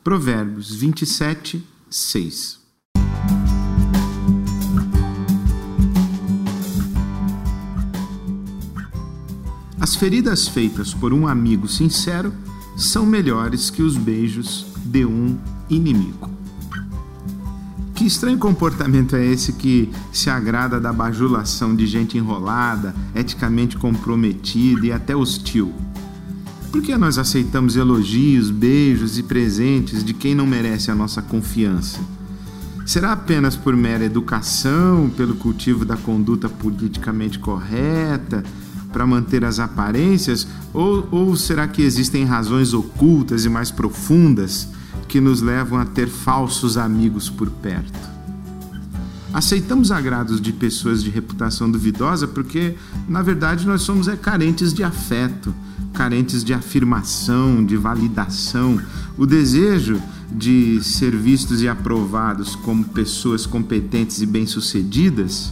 Provérbios 27, 6. As feridas feitas por um amigo sincero são melhores que os beijos de um inimigo. Que estranho comportamento é esse que se agrada da bajulação de gente enrolada, eticamente comprometida e até hostil? Por que nós aceitamos elogios, beijos e presentes de quem não merece a nossa confiança? Será apenas por mera educação, pelo cultivo da conduta politicamente correta, para manter as aparências, ou será que existem razões ocultas e mais profundas que nos levam a ter falsos amigos por perto? Aceitamos agrados de pessoas de reputação duvidosa porque, na verdade, nós somos carentes de afeto, carentes de afirmação, de validação. O desejo de ser vistos e aprovados como pessoas competentes e bem-sucedidas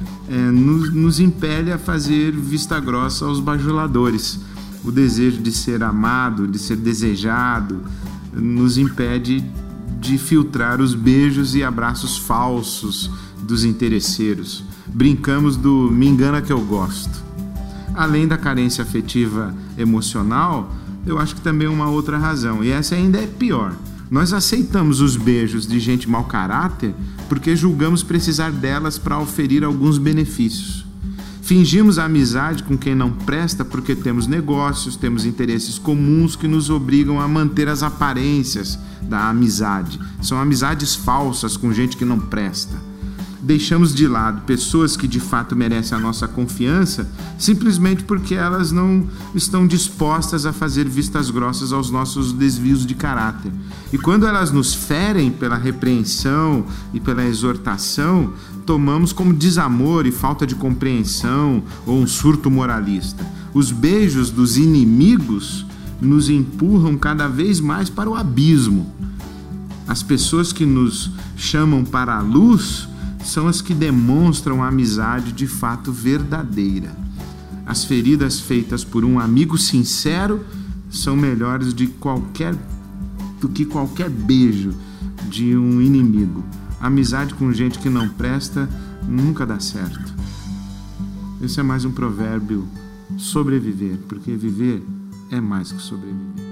nos impele a fazer vista grossa aos bajuladores. O desejo de ser amado, de ser desejado, nos impede de filtrar os beijos e abraços falsos dos interesseiros. Brincamos do me engana que eu gosto. Além da carência afetiva emocional, eu acho que também uma outra razão, e essa ainda é pior. Nós aceitamos os beijos de gente mau caráter porque julgamos precisar delas para oferir alguns benefícios. Fingimos a amizade com quem não presta porque temos negócios, temos interesses comuns que nos obrigam a manter as aparências da amizade. São amizades falsas com gente que não presta. Deixamos de lado pessoas que de fato merecem a nossa confiança simplesmente porque elas não estão dispostas a fazer vistas grossas aos nossos desvios de caráter. E quando elas nos ferem pela repreensão e pela exortação, tomamos como desamor e falta de compreensão ou um surto moralista. Os beijos dos inimigos nos empurram cada vez mais para o abismo. As pessoas que nos chamam para a luz são as que demonstram a amizade de fato verdadeira. As feridas feitas por um amigo sincero são melhores do que qualquer beijo de um inimigo. Amizade com gente que não presta nunca dá certo. Esse é mais um provérbio sobreviver, porque viver é mais que sobreviver.